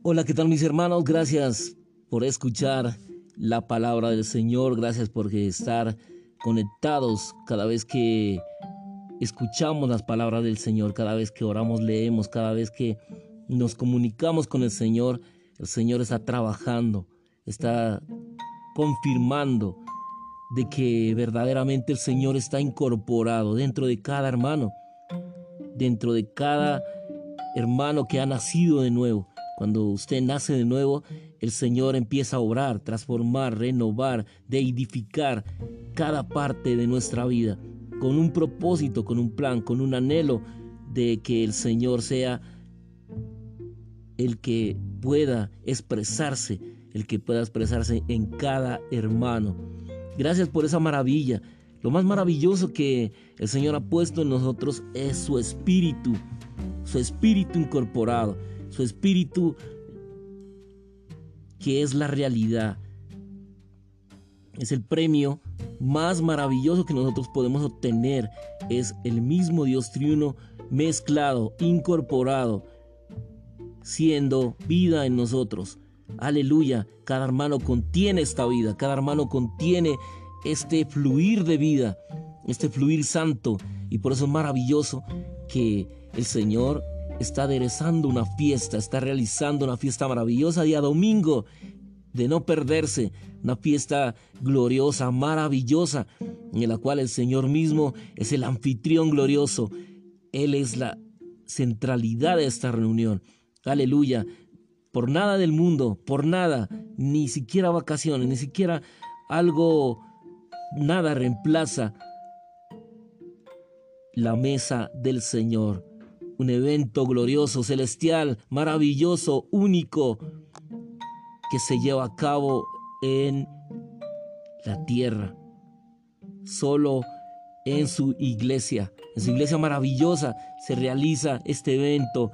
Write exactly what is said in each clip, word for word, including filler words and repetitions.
Hola, ¿qué tal mis hermanos? Gracias por escuchar la palabra del Señor. Gracias por estar conectados cada vez que escuchamos las palabras del Señor, cada vez que oramos, leemos, cada vez que nos comunicamos con el Señor. El Señor está trabajando, está confirmando de que verdaderamente el Señor está incorporado dentro de cada hermano, dentro de cada hermano que ha nacido de nuevo. Cuando usted nace de nuevo, el Señor empieza a obrar, transformar, renovar, de edificar cada parte de nuestra vida con un propósito, con un plan, con un anhelo de que el Señor sea el que pueda expresarse, el que pueda expresarse en cada hermano. Gracias por esa maravilla. Lo más maravilloso que el Señor ha puesto en nosotros es su espíritu, su espíritu incorporado, su espíritu que es la realidad. Es el premio más maravilloso que nosotros podemos obtener. Es el mismo Dios triuno mezclado, incorporado, siendo vida en nosotros. Aleluya, cada hermano contiene esta vida, cada hermano contiene este fluir de vida, este fluir santo, y por eso es maravilloso que el Señor está aderezando una fiesta, está realizando una fiesta maravillosa día domingo, de no perderse, una fiesta gloriosa, maravillosa, en la cual el Señor mismo es el anfitrión glorioso. Él es la centralidad de esta reunión. Aleluya. Por nada del mundo, por nada, ni siquiera vacaciones, ni siquiera algo, nada reemplaza la mesa del Señor. Un evento glorioso, celestial, maravilloso, único, que se lleva a cabo en la tierra, solo en su iglesia, en su iglesia maravillosa se realiza este evento.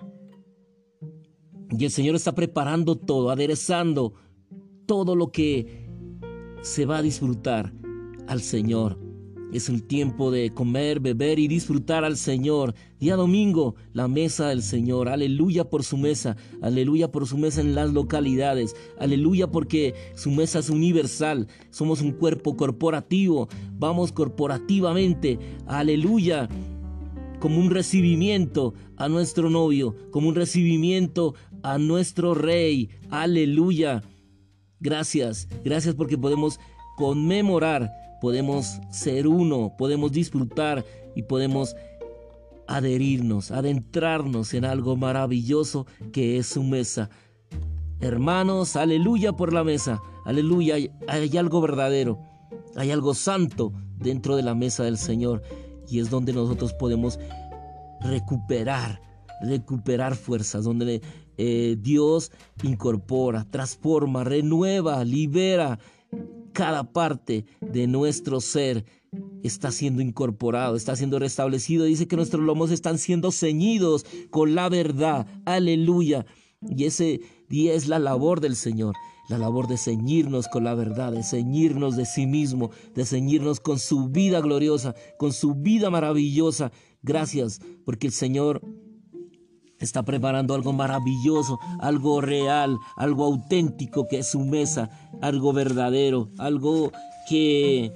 Y el Señor está preparando todo, aderezando todo lo que se va a disfrutar al Señor. Es el tiempo de comer, beber y disfrutar al Señor. Día domingo, la mesa del Señor. Aleluya por su mesa. Aleluya por su mesa en las localidades. Aleluya porque su mesa es universal. Somos un cuerpo corporativo. Vamos corporativamente. Aleluya. Como un recibimiento a nuestro novio. Como un recibimiento a nuestro Rey. Aleluya. Gracias. Gracias porque podemos conmemorar. Podemos ser uno, podemos disfrutar y podemos adherirnos, adentrarnos en algo maravilloso que es su mesa. Hermanos, aleluya por la mesa, aleluya, hay, hay algo verdadero, hay algo santo dentro de la mesa del Señor, y es donde nosotros podemos recuperar, recuperar fuerzas, donde eh, Dios incorpora, transforma, renueva, libera. Cada parte de nuestro ser está siendo incorporado, está siendo restablecido. Dice que nuestros lomos están siendo ceñidos con la verdad. Aleluya. Y ese día es la labor del Señor. La labor de ceñirnos con la verdad, de ceñirnos de sí mismo, de ceñirnos con su vida gloriosa, con su vida maravillosa. Gracias, porque el Señor está preparando algo maravilloso, algo real, algo auténtico que es su mesa, algo verdadero, algo que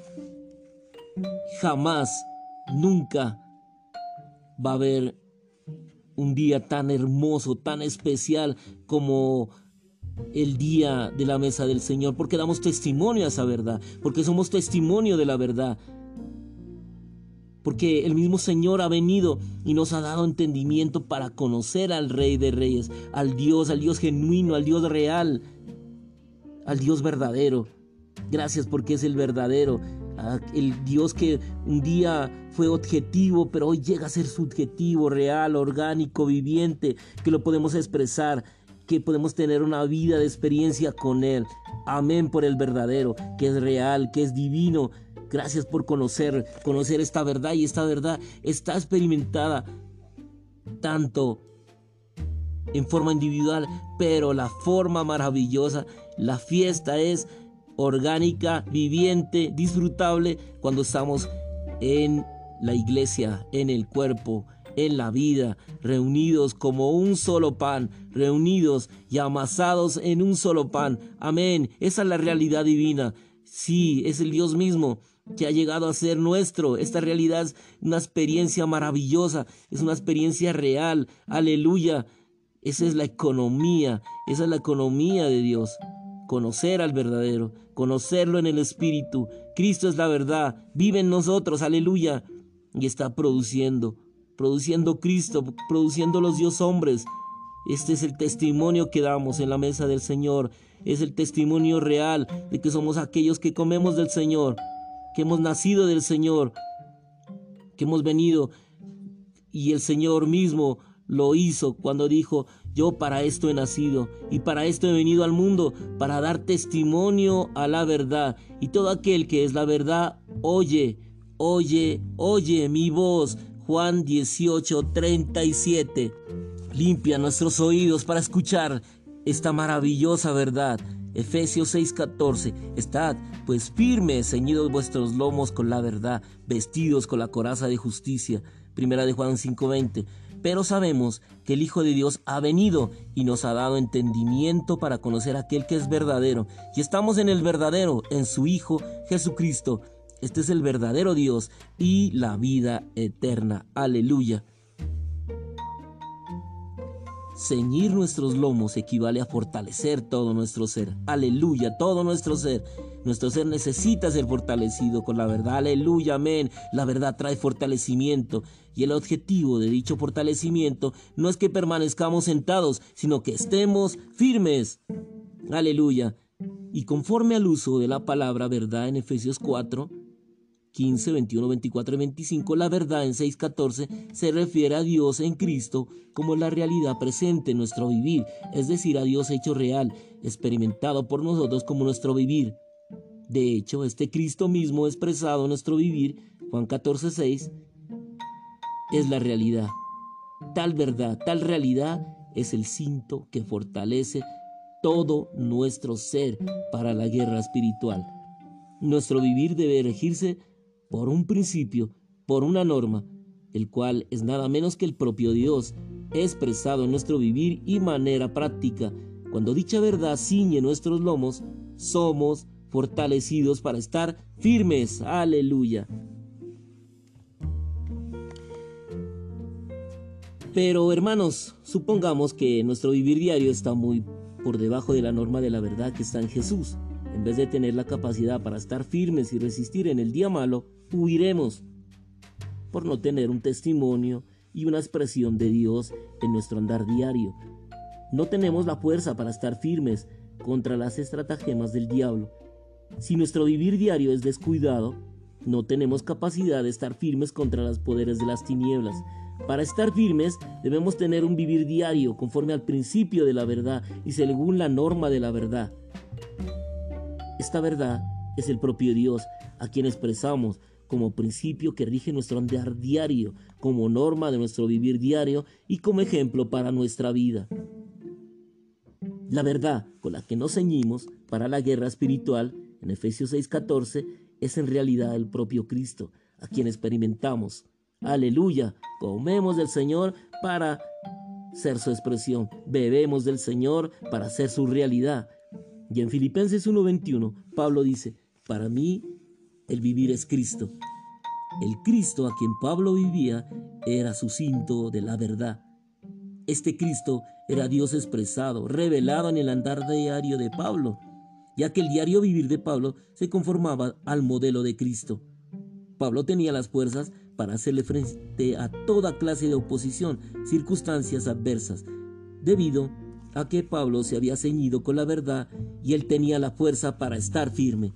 jamás, nunca va a haber un día tan hermoso, tan especial como el día de la mesa del Señor, porque damos testimonio a esa verdad, porque somos testimonio de la verdad. Porque el mismo Señor ha venido y nos ha dado entendimiento para conocer al Rey de Reyes, al Dios, al Dios genuino, al Dios real, al Dios verdadero. Gracias porque es el verdadero, el Dios que un día fue objetivo, pero hoy llega a ser subjetivo, real, orgánico, viviente, que lo podemos expresar, que podemos tener una vida de experiencia con Él. Amén por el verdadero, que es real, que es divino. Gracias por conocer, conocer esta verdad, y esta verdad está experimentada tanto en forma individual, pero la forma maravillosa, la fiesta es orgánica, viviente, disfrutable cuando estamos en la iglesia, en el cuerpo, en la vida, reunidos como un solo pan, reunidos y amasados en un solo pan. Amén. Esa es la realidad divina. Sí, es el Dios mismo que ha llegado a ser nuestro. Esta realidad es una experiencia maravillosa, es una experiencia real. Aleluya. Esa es la economía, esa es la economía de Dios. Conocer al verdadero, conocerlo en el Espíritu. Cristo es la verdad, vive en nosotros, aleluya. Y está produciendo, produciendo Cristo, produciendo los Dios hombres. Este es el testimonio que damos en la mesa del Señor. Es el testimonio real de que somos aquellos que comemos del Señor, que hemos nacido del Señor, que hemos venido, y el Señor mismo lo hizo cuando dijo: yo para esto he nacido y para esto he venido al mundo, para dar testimonio a la verdad. Y todo aquel que es la verdad, oye, oye, oye mi voz. Juan dieciocho, treinta y siete. Limpia nuestros oídos para escuchar esta maravillosa verdad. Efesios seis, catorce. Estad pues firmes, ceñidos vuestros lomos con la verdad, vestidos con la coraza de justicia. Primera de Juan cinco, veinte. Pero sabemos que el Hijo de Dios ha venido y nos ha dado entendimiento para conocer a aquel que es verdadero. Y estamos en el verdadero, en su Hijo Jesucristo. Este es el verdadero Dios y la vida eterna. Aleluya. Ceñir nuestros lomos equivale a fortalecer todo nuestro ser. Aleluya, todo nuestro ser. Nuestro ser necesita ser fortalecido con la verdad. Aleluya, amén. La verdad trae fortalecimiento. Y el objetivo de dicho fortalecimiento no es que permanezcamos sentados, sino que estemos firmes. Aleluya. Y conforme al uso de la palabra verdad en Efesios cuatro, quince, veintiuno, veinticuatro y veinticinco, la verdad en seis, catorce se refiere a Dios en Cristo como la realidad presente en nuestro vivir, es decir, a Dios hecho real, experimentado por nosotros como nuestro vivir. De hecho, este Cristo mismo expresado en nuestro vivir, Juan catorce, seis, es la realidad. Tal verdad, tal realidad es el cinto que fortalece todo nuestro ser para la guerra espiritual. Nuestro vivir debe regirse por un principio, por una norma, el cual es nada menos que el propio Dios, expresado en nuestro vivir y manera práctica. Cuando dicha verdad ciñe nuestros lomos, somos fortalecidos para estar firmes. Aleluya. Pero hermanos, supongamos que nuestro vivir diario está muy por debajo de la norma de la verdad que está en Jesús. En vez de tener la capacidad para estar firmes y resistir en el día malo, huiremos por no tener un testimonio y una expresión de Dios en nuestro andar diario. No tenemos la fuerza para estar firmes contra las estratagemas del diablo. Si nuestro vivir diario es descuidado, no tenemos capacidad de estar firmes contra los poderes de las tinieblas. Para estar firmes debemos tener un vivir diario conforme al principio de la verdad y según la norma de la verdad. Esta verdad es el propio Dios, a quien expresamos como principio que rige nuestro andar diario, como norma de nuestro vivir diario y como ejemplo para nuestra vida. La verdad con la que nos ceñimos para la guerra espiritual, en Efesios seis, catorce, es en realidad el propio Cristo, a quien experimentamos. Aleluya, comemos del Señor para ser su expresión, bebemos del Señor para ser su realidad. Y en Filipenses uno, veintiuno, Pablo dice: para mí el vivir es Cristo. El Cristo a quien Pablo vivía era su cinto de la verdad. Este Cristo era Dios expresado, revelado en el andar diario de Pablo, ya que el diario vivir de Pablo se conformaba al modelo de Cristo. Pablo tenía las fuerzas para hacerle frente a toda clase de oposición, circunstancias adversas, debido a que Pablo se había ceñido con la verdad y él tenía la fuerza para estar firme.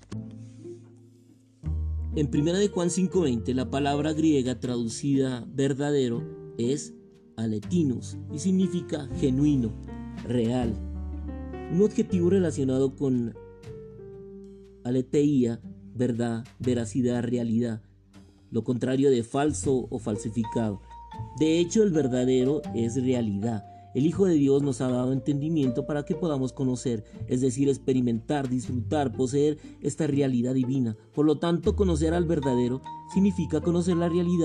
En primera de Juan cinco, veinte, la palabra griega traducida verdadero es aletinus y significa genuino, real. Un adjetivo relacionado con aletheia, verdad, veracidad, realidad, lo contrario de falso o falsificado. De hecho, el verdadero es realidad. El Hijo de Dios nos ha dado entendimiento para que podamos conocer, es decir, experimentar, disfrutar, poseer esta realidad divina. Por lo tanto, conocer al verdadero significa conocer la realidad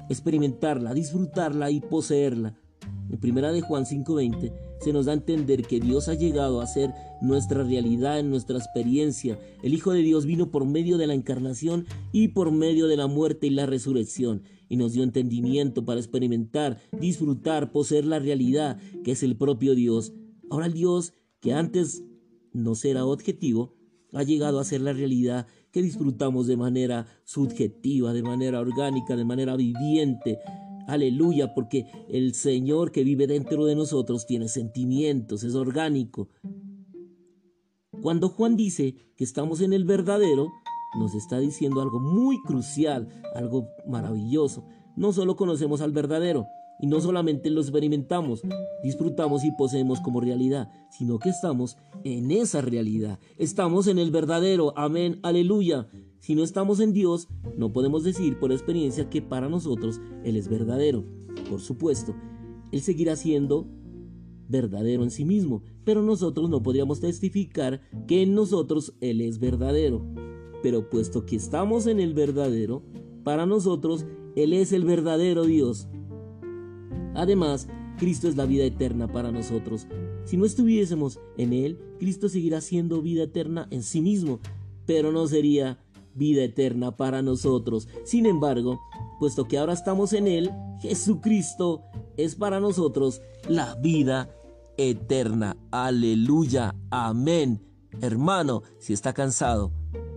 experimentarla, disfrutarla y poseerla. En primera de Juan cinco veinte se nos da a entender que Dios ha llegado a ser nuestra realidad en nuestra experiencia. El Hijo de Dios vino por medio de la encarnación y por medio de la muerte y la resurrección, y nos dio entendimiento para experimentar, disfrutar, poseer la realidad que es el propio Dios. Ahora el Dios que antes nos era objetivo ha llegado a ser la realidad que disfrutamos de manera subjetiva, de manera orgánica, de manera viviente. Aleluya, porque el Señor que vive dentro de nosotros tiene sentimientos, es orgánico. Cuando Juan dice que estamos en el verdadero, nos está diciendo algo muy crucial, algo maravilloso. No solo conocemos al verdadero, y no solamente lo experimentamos, disfrutamos y poseemos como realidad, sino que estamos en esa realidad. Estamos en el verdadero. Amén, aleluya. Si no estamos en Dios, no podemos decir por experiencia que para nosotros Él es verdadero. Por supuesto, Él seguirá siendo verdadero en sí mismo, pero nosotros no podríamos testificar que en nosotros Él es verdadero. Pero puesto que estamos en el verdadero, para nosotros Él es el verdadero Dios. Además, Cristo es la vida eterna para nosotros. Si no estuviésemos en Él, Cristo seguirá siendo vida eterna en sí mismo, pero no sería vida eterna para nosotros. Sin embargo, puesto que ahora estamos en Él, Jesucristo es para nosotros la vida eterna. Aleluya, amén. Hermano, si está cansado,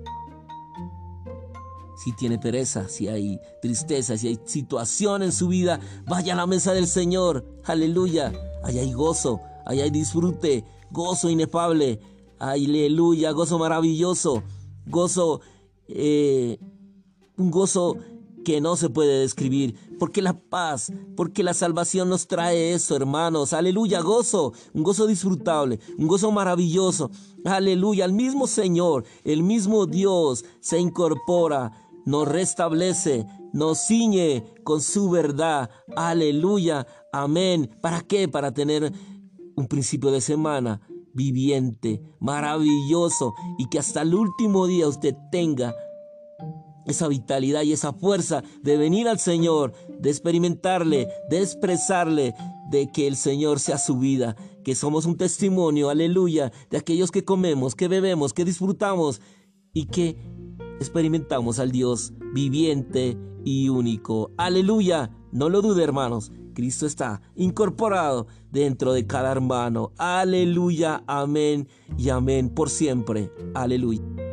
si tiene pereza, si hay tristeza, si hay situación en su vida, vaya a la mesa del Señor. Aleluya, ahí hay gozo, ahí hay disfrute, gozo inefable. Aleluya, gozo maravilloso, gozo, eh, un gozo que no se puede describir, porque la paz, porque la salvación nos trae eso, hermanos. Aleluya, gozo, un gozo disfrutable, un gozo maravilloso. Aleluya, el mismo Señor, el mismo Dios se incorpora, nos restablece, nos ciñe con su verdad. Aleluya, amén. ¿Para qué? Para tener un principio de semana viviente, maravilloso, y que hasta el último día usted tenga esa vitalidad y esa fuerza de venir al Señor, de experimentarle, de expresarle, de que el Señor sea su vida, que somos un testimonio, aleluya, de aquellos que comemos, que bebemos, que disfrutamos y que experimentamos al Dios viviente y único. Aleluya, no lo dude, hermanos, Cristo está incorporado dentro de cada hermano. Aleluya, amén y amén por siempre. Aleluya.